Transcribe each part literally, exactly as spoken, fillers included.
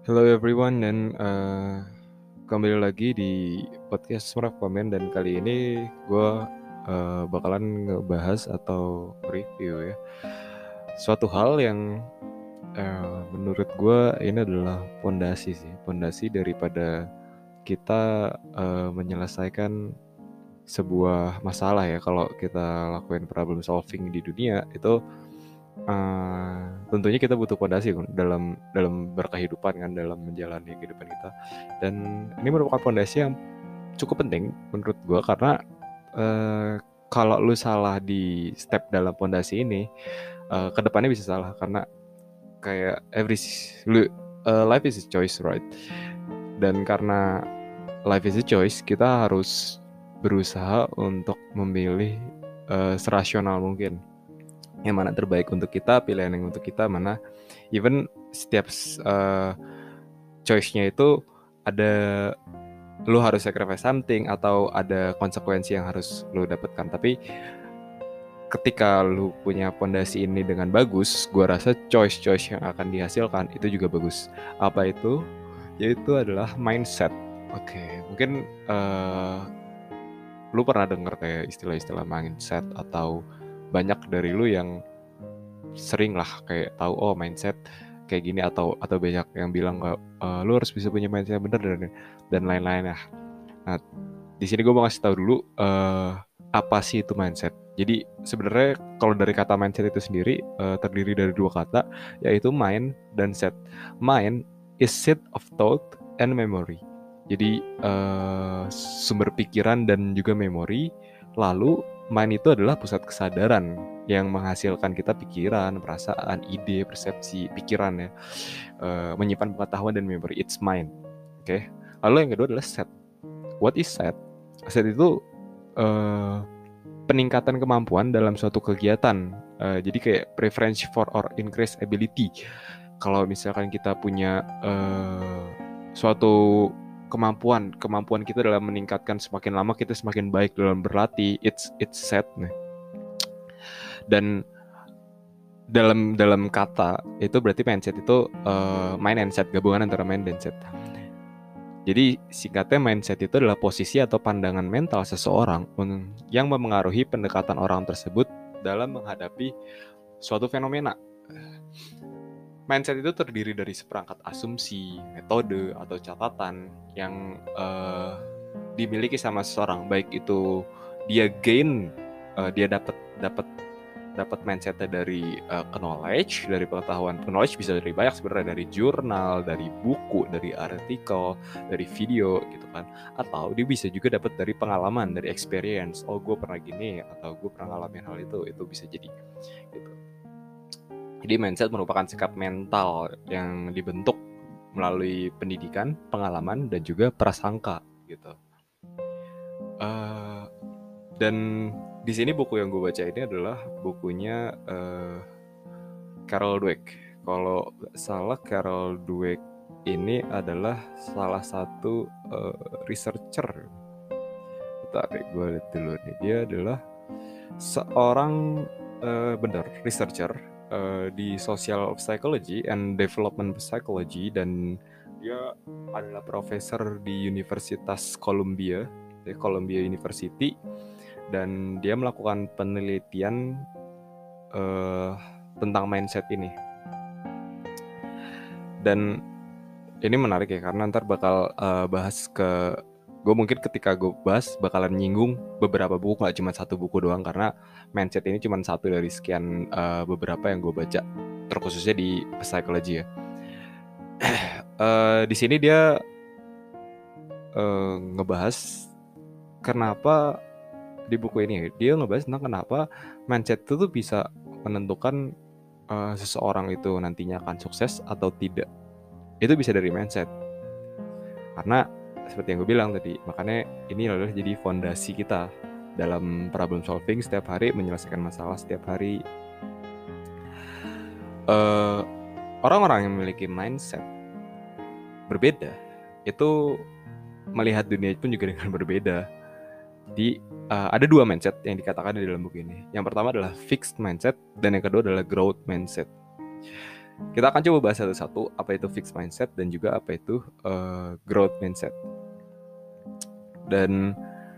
Hello everyone dan eh, kembali lagi di podcast Smurf Komen dan kali ini gue eh, bakalan ngebahas atau review ya suatu hal yang eh, menurut gue ini adalah pondasi sih pondasi daripada kita eh, menyelesaikan sebuah masalah ya. Kalau kita lakuin problem solving di dunia itu eh, tentunya kita butuh pondasi kan dalam dalam berkehidupan kan, dalam menjalani kehidupan kita. Dan ini merupakan pondasi yang cukup penting menurut gua karena eh, kalau lu salah di step dalam pondasi ini, eh, kedepannya bisa salah karena kayak every lu eh, life is a choice, right? Dan karena life is a choice, kita harus berusaha untuk memilih eh, serasional mungkin yang mana terbaik untuk kita, pilihan yang untuk kita mana. Even setiap uh, choice-nya itu ada, lu harus sacrifice something atau ada konsekuensi yang harus lu dapatkan. Tapi ketika lu punya pondasi ini dengan bagus, gua rasa choice-choice yang akan dihasilkan itu juga bagus. Apa itu? Yaitu adalah mindset. Oke, okay. Mungkin uh, lu pernah dengar kayak istilah-istilah mindset, atau banyak dari lu yang sering lah kayak tahu oh mindset kayak gini, atau atau banyak yang bilang kalau uh, lu harus bisa punya mindset yang benar dan dan lain-lain ya. Nah, di sini gue mau ngasih tahu dulu uh, apa sih itu mindset. Jadi sebenarnya kalau dari kata mindset itu sendiri uh, terdiri dari dua kata, yaitu mind dan set. Mind is set of thought and memory. Jadi uh, sumber pikiran dan juga memori. Lalu mind itu adalah pusat kesadaran yang menghasilkan kita pikiran, perasaan, ide, persepsi, pikiran ya, uh, menyimpan pengetahuan dan memori. It's mind. Oke. Okay? Lalu yang kedua adalah set. What is set? Set itu uh, peningkatan kemampuan dalam suatu kegiatan. Uh, jadi kayak preference for or increase ability. Kalau misalkan kita punya uh, suatu kemampuan, kemampuan kita dalam meningkatkan, semakin lama kita semakin baik dalam berlatih. It's it's set nih. Dan dalam dalam kata itu berarti mindset itu uh, mind and set, gabungan antara mind dan set. Jadi singkatnya mindset itu adalah posisi atau pandangan mental seseorang yang memengaruhi pendekatan orang tersebut dalam menghadapi suatu fenomena. Mindset itu terdiri dari seperangkat asumsi, metode, atau catatan yang uh, dimiliki sama seseorang, baik itu dia gain, uh, dia dapat dapat dapat mindsetnya dari uh, knowledge, dari pengetahuan. Knowledge bisa dari banyak sebenarnya, dari jurnal, dari buku, dari artikel, dari video gitu kan. Atau dia bisa juga dapat dari pengalaman, dari experience. Oh, gue pernah gini, atau gue pernah ngalamin hal itu, itu bisa jadi gitu. Jadi mindset merupakan sikap mental yang dibentuk melalui pendidikan, pengalaman, dan juga prasangka gitu. Uh, dan di sini buku yang gue baca ini adalah bukunya uh, Carol Dweck. Kalau nggak salah, Carol Dweck ini adalah salah satu uh, researcher. Bentar, gue lihat dulu nih. Dia adalah seorang uh, benar researcher uh, di social psychology and development psychology, dan dia adalah profesor di Universitas Columbia, di Columbia University. Dan dia melakukan penelitian uh, tentang mindset ini. Dan ini menarik ya, karena ntar bakal uh, bahas ke, gue mungkin ketika gue bahas bakalan nyinggung beberapa buku, gak cuma satu buku doang, karena mindset ini cuma satu dari sekian uh, beberapa yang gue baca, terkhususnya di psychology ya. uh, di sini dia uh, ngebahas kenapa di buku ini dia ngebahas tentang kenapa mindset itu tuh bisa menentukan uh, seseorang itu nantinya akan sukses atau tidak. Itu bisa dari mindset. Karena seperti yang gue bilang tadi, makanya ini adalah jadi fondasi kita dalam problem solving setiap hari, menyelesaikan masalah setiap hari. Uh, orang-orang yang memiliki mindset berbeda itu melihat dunia pun juga dengan berbeda. Di uh, ada dua mindset yang dikatakan di dalam buku ini. Yang pertama adalah fixed mindset, dan yang kedua adalah growth mindset. Kita akan coba bahas satu-satu apa itu fixed mindset dan juga apa itu uh, growth mindset. Dan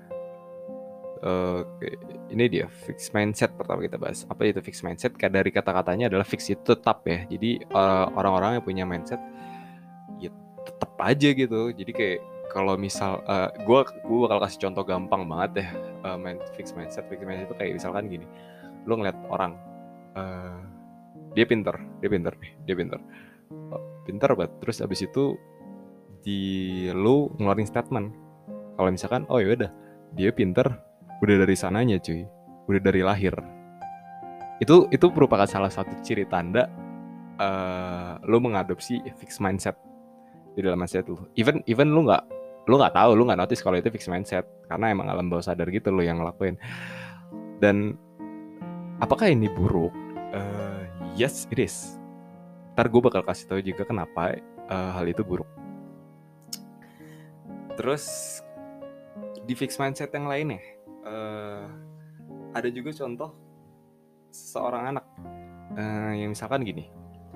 uh, ini dia fixed mindset pertama kita bahas. Apa itu fixed mindset? Dari kata-katanya adalah fix itu tetap ya. Jadi uh, orang-orang yang punya mindset ya tetap aja gitu. Jadi kayak kalau misal uh, gue gue bakal kasih contoh gampang banget ya. Uh, mind, fixed mindset, fixed mindset itu kayak misalkan gini. Lu ngeliat orang uh, dia pinter, dia pinter nih, dia pinter, oh, pinter banget. Terus abis itu di lu ngeluarin statement. Kalau misalkan, oh ya udah, dia pinter, udah dari sananya cuy, udah dari lahir. Itu itu merupakan salah satu ciri tanda uh, lu mengadopsi fixed mindset di dalam mindset lu. Even even lu nggak lu nggak tahu, lu nggak notice kalau itu fixed mindset karena emang alam bawah sadar gitu lu yang ngelakuin. Dan apakah ini buruk? Uh, yes, it is. Ntar gue bakal kasih tahu juga kenapa uh, hal itu buruk. Terus di fixed mindset yang lainnya, uh, ada juga contoh seorang anak uh, yang misalkan gini,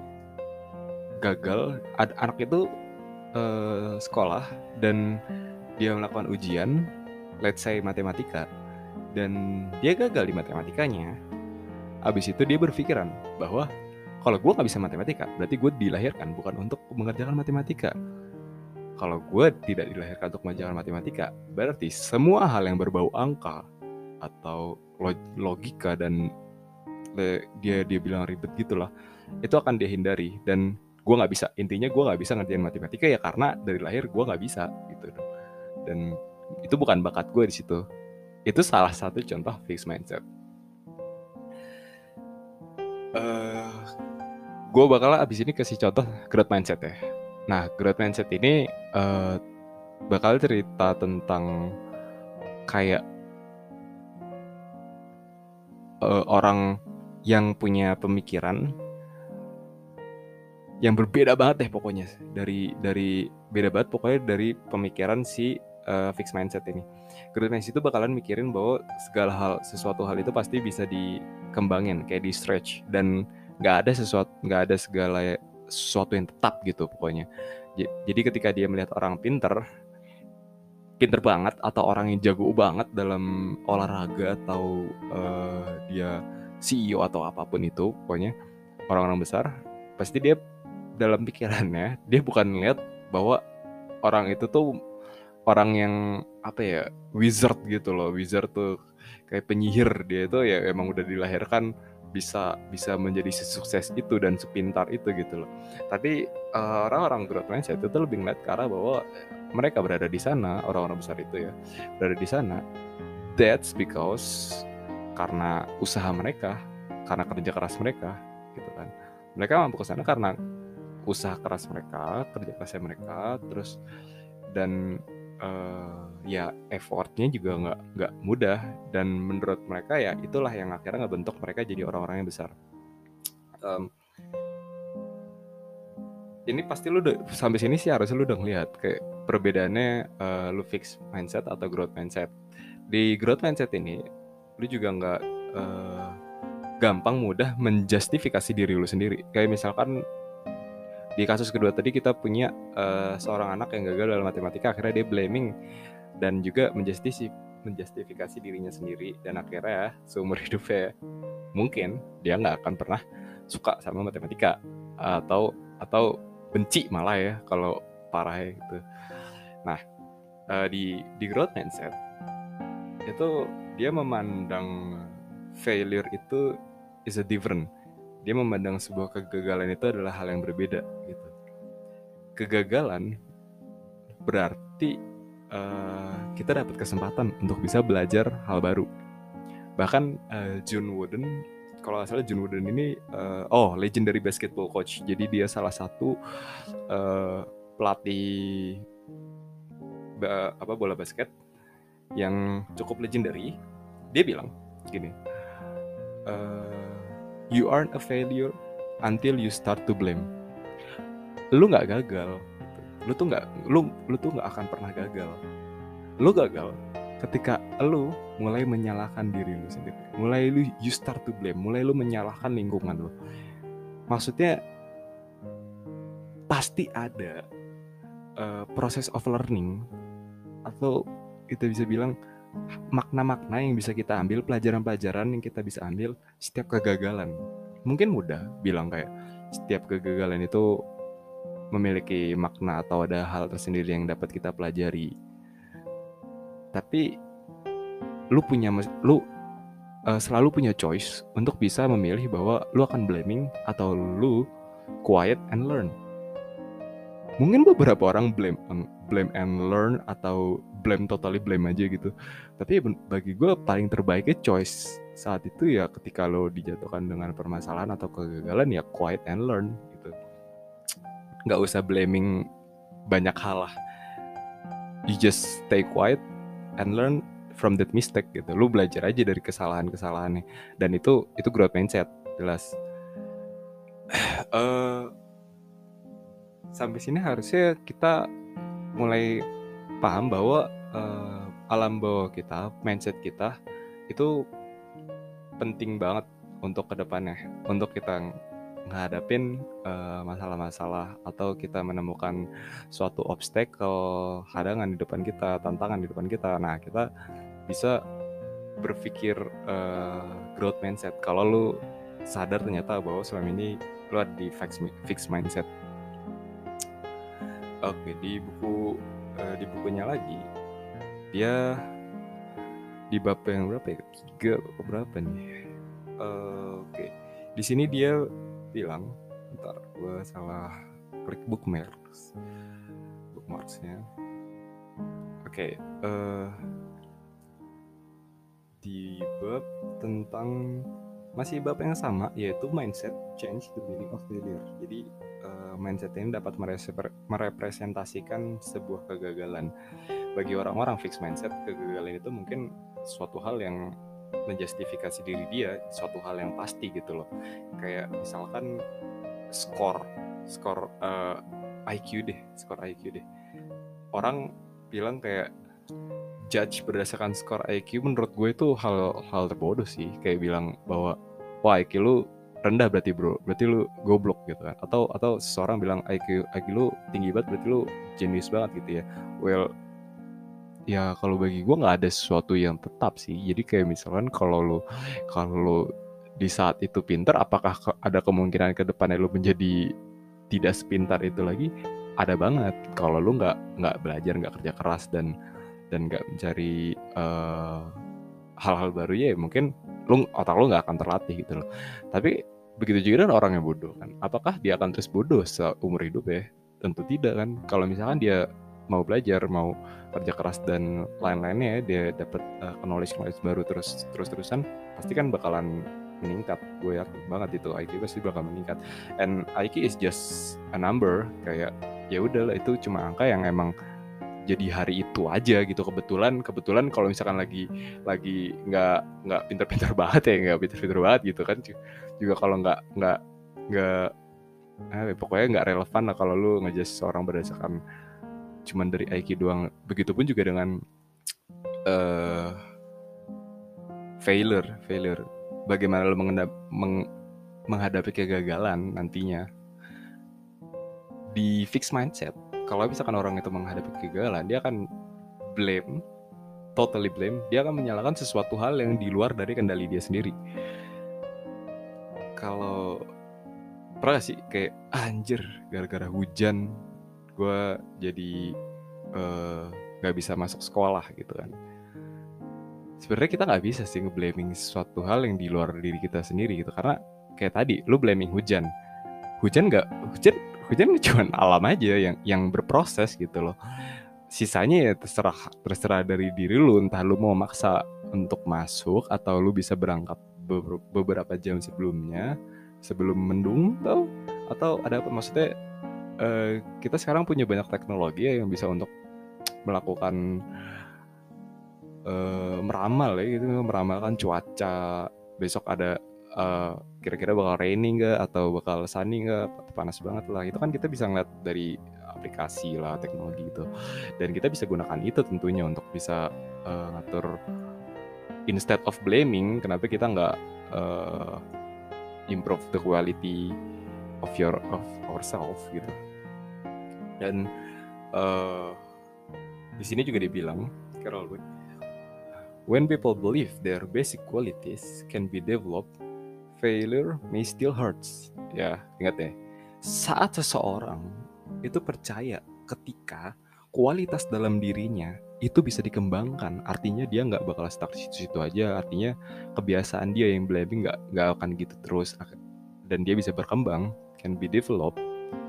gagal, ad- anak itu uh, sekolah dan dia melakukan ujian, let's say matematika, dan dia gagal di matematikanya. Abis itu dia berpikiran bahwa kalau gue gak bisa matematika, berarti gue dilahirkan bukan untuk mengerjakan matematika. Kalau gue tidak dilahirkan untuk mengerjakan matematika, berarti semua hal yang berbau angka atau logika dan dia dia bilang ribet gitulah, itu akan dia hindari. Dan gue gak bisa, intinya gue gak bisa ngerjain matematika ya karena dari lahir gue gak bisa gitu. Dan itu bukan bakat gue di situ. Itu salah satu contoh fixed mindset. Uh, gue bakal abis ini kasih contoh growth mindset ya. Nah, growth mindset ini uh, bakal cerita tentang kayak uh, orang yang punya pemikiran yang berbeda banget deh pokoknya dari dari beda banget pokoknya dari pemikiran si uh, fixed mindset ini. Growth mindset itu bakalan mikirin bahwa segala hal, sesuatu hal itu pasti bisa dikembangin, kayak di stretch, dan nggak ada sesuatu, nggak ada segala sesuatu yang tetap gitu pokoknya. Jadi ketika dia melihat orang pinter, pinter banget atau orang yang jago banget dalam olahraga atau uh, dia C E O atau apapun itu, pokoknya orang-orang besar, pasti dia dalam pikirannya dia bukan lihat bahwa orang itu tuh orang yang apa ya, wizard gitu loh. Wizard tuh kayak penyihir, dia itu ya emang udah dilahirkan bisa bisa menjadi sesukses itu dan sepintar itu gitu loh. Tapi uh, orang-orang growth mindset itu lebih ngeliat ke arah bahwa mereka berada di sana, orang-orang besar itu ya berada di sana. That's because karena usaha mereka, karena kerja keras mereka gitu kan. Mereka mampu ke sana karena usaha keras mereka, kerja kerasnya mereka, terus dan uh, ya effortnya juga nggak nggak mudah, dan menurut mereka ya itulah yang akhirnya ngebentuk mereka jadi orang-orang yang besar. Um, ini pasti lu udah, sampai sini sih harusnya lu udah ngeliat kayak perbedaannya uh, lu fixed mindset atau growth mindset. Di growth mindset ini lu juga nggak uh, gampang mudah menjustifikasi diri lu sendiri. Kayak misalkan di kasus kedua tadi kita punya uh, seorang anak yang gagal dalam matematika, akhirnya dia blaming dan juga menjustifikasi, menjustifikasi dirinya sendiri, dan akhirnya seumur hidupnya mungkin dia nggak akan pernah suka sama matematika atau atau benci malah ya kalau parah gitu. Nah uh, di di growth mindset itu dia memandang failure itu is a different. Dia memandang sebuah kegagalan itu adalah hal yang berbeda gitu. Kegagalan berarti uh, kita dapat kesempatan untuk bisa belajar hal baru. Bahkan uh, John Wooden, kalau nggak salah John Wooden ini uh, oh legendary basketball coach. Jadi dia salah satu uh, pelatih ba- apa bola basket yang cukup legendary. Dia bilang gini, uh, you aren't a failure until you start to blame. Lu nggak gagal, lu tuh nggak lu lu tuh nggak akan pernah gagal. Lu gagal ketika lu mulai menyalahkan diri lu sendiri, mulai lu you start to blame, mulai lu menyalahkan lingkungan lu. Maksudnya pasti ada uh, proses of learning, atau kita bisa bilang makna-makna yang bisa kita ambil, pelajaran-pelajaran yang kita bisa ambil setiap kegagalan. Mungkin mudah bilang kayak setiap kegagalan itu memiliki makna atau ada hal tersendiri yang dapat kita pelajari. Tapi lu punya lu uh, selalu punya choice untuk bisa memilih bahwa lu akan blaming atau lu quiet and learn. Mungkin beberapa orang blame blame and learn atau blame totally blame aja gitu. Tapi bagi gue paling terbaiknya choice saat itu ya ketika lo dijatuhkan dengan permasalahan atau kegagalan ya quiet and learn gitu. Nggak usah blaming banyak hal lah. You just stay quiet and learn from that mistake gitu. Lu belajar aja dari kesalahan-kesalahannya. Dan itu itu growth mindset jelas. uh, sampai sini harusnya kita mulai paham bahwa uh, alam bawah kita, mindset kita itu penting banget untuk kedepannya, untuk kita menghadapin uh, masalah-masalah atau kita menemukan suatu obstacle, hadangan di depan kita, tantangan di depan kita. Nah, kita bisa berpikir uh, growth mindset. Kalau lu sadar ternyata bahwa selama ini lu ada di fixed mindset. Oke, di buku uh, di bukunya lagi dia di bab yang berapa ya? Tiga atau berapa nih? Uh, Oke, di sini dia bilang, bentar, gue salah klik bookmarks, bookmarksnya. Oke, uh, di bab tentang masih bab yang sama, yaitu mindset change the meaning of failure. Jadi uh, mindset ini dapat merepresentasikan sebuah kegagalan. Bagi orang-orang fixed mindset, kegagalan itu mungkin suatu hal yang menjustifikasi diri dia, suatu hal yang pasti gitu loh. Kayak misalkan skor, skor uh, I Q deh, skor I Q deh. Orang bilang kayak judge berdasarkan skor I Q, menurut gue itu hal hal terbodoh sih. Kayak bilang bahwa wah I Q lu rendah berarti bro, berarti lu goblok gitu kan. Atau atau seseorang bilang I Q I Q lu tinggi banget berarti lu jenius banget gitu ya. Well, ya kalau bagi gue nggak ada sesuatu yang tetap sih. Jadi kayak misalkan kalau lu kalau lu di saat itu pintar, apakah ada kemungkinan ke depannya lu menjadi tidak sepintar itu lagi? Ada banget. Kalau lu nggak nggak belajar, nggak kerja keras dan dan nggak mencari uh, hal-hal baru ya mungkin lu otak lu nggak akan terlatih gitu loh. Tapi begitu juga dengan orang yang bodoh kan. Apakah dia akan terus bodoh seumur hidup ya? Tentu tidak kan. Kalau misalkan dia mau belajar, mau kerja keras dan lain-lainnya, dia dapat uh, knowledge-knowledge baru terus terus-terusan, pasti kan bakalan meningkat. Gue yakin banget itu I Q pasti bakal meningkat. And I Q is just a number, kayak ya udahlah itu cuma angka yang emang jadi hari itu aja gitu. Kebetulan kebetulan kalau misalkan lagi lagi nggak nggak pinter-pinter banget ya nggak pinter-pinter banget gitu kan, juga kalau nggak nggak nggak eh, pokoknya nggak relevan lah kalau lu ngejudge seorang berdasarkan cuman dari I Q doang. Begitupun juga dengan uh, failure, failure. Bagaimana lo mengendap, meng, menghadapi kegagalan nantinya di fixed mindset. Kalau misalkan orang itu menghadapi kegagalan, dia akan blame, totally blame. Dia akan menyalahkan sesuatu hal yang di luar dari kendali dia sendiri. Kalau pernah sih kayak anjir, gara-gara hujan gue jadi nggak uh, bisa masuk sekolah gitu kan. Sebenarnya kita nggak bisa sih nge-blaming sesuatu hal yang di luar diri kita sendiri gitu, karena kayak tadi lu blaming hujan, hujan nggak hujan hujan cuma alam aja yang yang berproses gitu loh. Sisanya ya terserah terserah dari diri lu, entah lu mau maksa untuk masuk atau lu bisa berangkat beberapa jam sebelumnya sebelum mendung atau atau ada apa maksudnya. Uh, kita sekarang punya banyak teknologi ya yang bisa untuk melakukan uh, meramal ya gitu, meramalkan cuaca besok ada uh, kira-kira bakal raining nggak atau bakal sunny nggak, panas banget lah. Itu kan kita bisa ngeliat dari aplikasi lah, teknologi gitu, dan kita bisa gunakan itu tentunya untuk bisa uh, ngatur. Instead of blaming, kenapa kita nggak uh, improve the quality of your of ourselves gitu. Dan uh, di sini juga dibilang, Carol Dweck, when people believe their basic qualities can be developed, failure may still hurts. Ya, ingat ya. Saat seseorang itu percaya ketika kualitas dalam dirinya itu bisa dikembangkan, artinya dia nggak bakal stuck di situ-situ aja. Artinya kebiasaan dia yang blaming nggak nggak akan gitu terus, dan dia bisa berkembang, can be developed.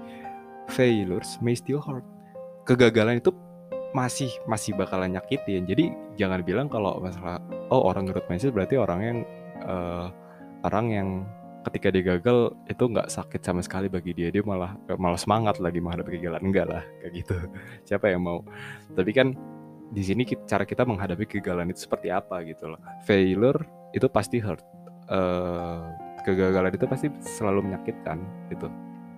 Failures may still hurt. Kegagalan itu masih masih bakalan nyakitin. Jadi jangan bilang kalau masalah oh orang growth mindset berarti orang yang uh, orang yang ketika dia gagal itu nggak sakit sama sekali bagi dia, dia malah malah semangat lagi menghadapi kegagalan. Enggak lah kayak gitu. Siapa yang mau? Tapi kan di sini cara kita menghadapi kegagalan itu seperti apa gitu loh. Failure itu pasti hurt. Uh, kegagalan itu pasti selalu menyakitkan gitu.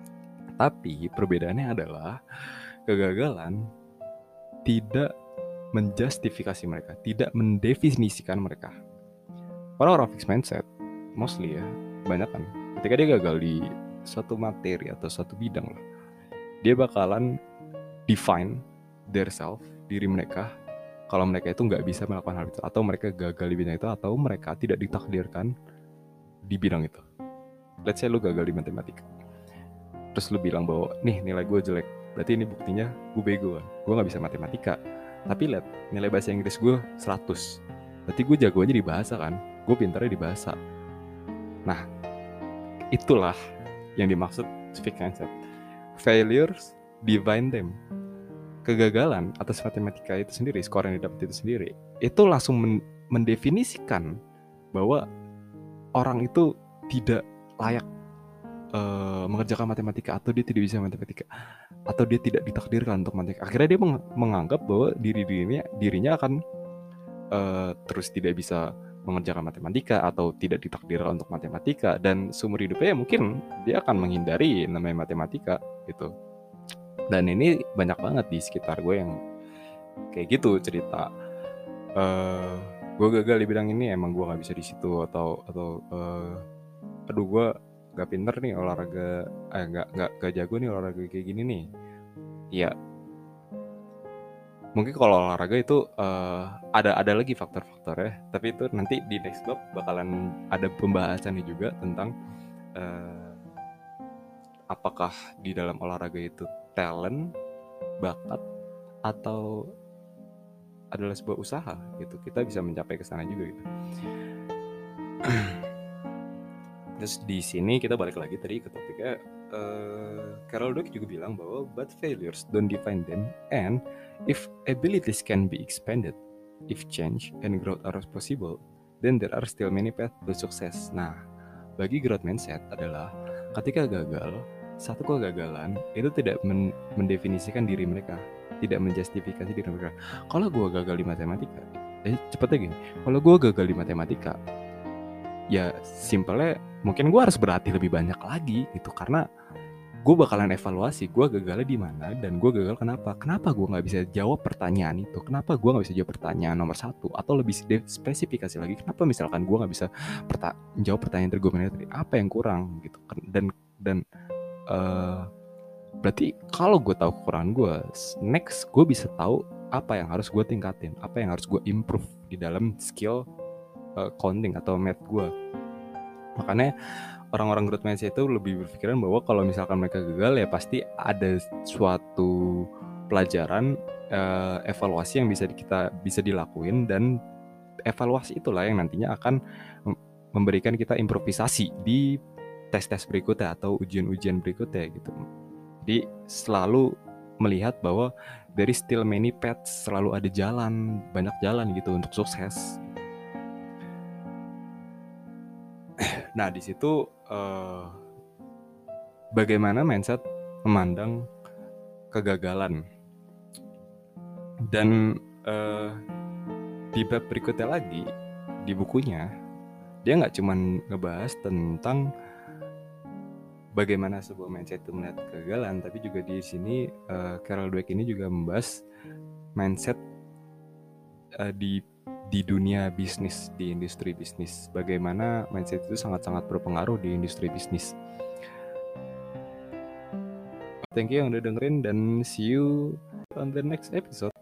Tapi perbedaannya adalah kegagalan tidak menjustifikasi mereka, tidak mendefinisikan mereka. Orang-orang fixed mindset, mostly ya, banyak kan, ketika dia gagal di suatu materi atau suatu bidang lah, dia bakalan define their self, diri mereka, kalau mereka itu nggak bisa melakukan hal itu, atau mereka gagal di bidang itu, atau mereka tidak ditakdirkan di bidang itu. Let's say lu gagal di matematika, terus lu bilang bahwa nih nilai gue jelek, berarti ini buktinya gue bego kan, gue gak bisa matematika. Tapi lihat nilai bahasa Inggris gue seratus, berarti gue jagoannya di bahasa kan, gue pintarnya di bahasa. Nah itulah yang dimaksud fixed mindset. Failures define them. Kegagalan atas matematika itu sendiri, skor yang didapat itu sendiri, itu langsung men- mendefinisikan bahwa orang itu tidak layak Uh, mengerjakan matematika, atau dia tidak bisa matematika, atau dia tidak ditakdirkan untuk matematika. Akhirnya dia meng- menganggap bahwa diri dirinya dirinya akan uh, terus tidak bisa mengerjakan matematika atau tidak ditakdirkan untuk matematika, dan seumur hidupnya mungkin dia akan menghindari namanya matematika gitu. Dan ini banyak banget di sekitar gue yang kayak gitu cerita. Uh, gue gagal di bidang ini, emang gue nggak bisa di situ, atau atau uh, aduh gue gak pinter nih olahraga, eh gak, gak, gak jago nih olahraga kayak gini nih. Ya mungkin kalau olahraga itu uh, ada ada lagi faktor-faktor ya, tapi itu nanti di next bab bakalan ada pembahasannya juga tentang uh, apakah di dalam olahraga itu talent, bakat, atau adalah sebuah usaha gitu. Kita bisa mencapai ke sana juga gitu. Terus di sini kita balik lagi tadi ke topiknya, uh, Carol Dweck juga bilang bahwa but failures don't define them, and if abilities can be expanded, if change and growth are possible, then there are still many paths to success. Nah, bagi growth mindset adalah ketika gagal, satu kegagalan itu tidak men- mendefinisikan diri mereka, tidak menjustifikasi diri mereka. Kalau gue gagal di matematika, eh cepetnya gini, kalau gue gagal di matematika, ya simpelnya mungkin gue harus berlatih lebih banyak lagi gitu, karena gue bakalan evaluasi gue gagalnya di mana dan gue gagal kenapa. Kenapa gue nggak bisa jawab pertanyaan itu? Kenapa gue nggak bisa jawab pertanyaan nomor satu? Atau lebih spesifikasi lagi, kenapa misalkan gue nggak bisa perta- jawab pertanyaan tergomennya, apa yang kurang gitu? Dan dan uh, berarti kalau gue tahu kekurangan gue, next gue bisa tahu apa yang harus gue tingkatin, apa yang harus gue improve di dalam skill uh, counting atau math gue. Makanya orang-orang growth mindset itu lebih berpikiran bahwa kalau misalkan mereka gagal, ya pasti ada suatu pelajaran, uh, evaluasi yang bisa kita bisa dilakuin, dan evaluasi itulah yang nantinya akan memberikan kita improvisasi di tes-tes berikutnya atau ujian-ujian berikutnya gitu. Jadi selalu melihat bahwa there is still many paths, selalu ada jalan, banyak jalan gitu untuk sukses. Nah di situ uh, bagaimana mindset memandang kegagalan. Dan uh, di bab berikutnya lagi di bukunya, dia nggak cuma ngebahas tentang bagaimana sebuah mindset itu melihat kegagalan, tapi juga di sini uh, Carol Dweck ini juga membahas mindset uh, di di dunia bisnis, di industri bisnis. Bagaimana mindset itu sangat-sangat berpengaruh di industri bisnis. Thank you yang udah dengerin dan see you on the next episode.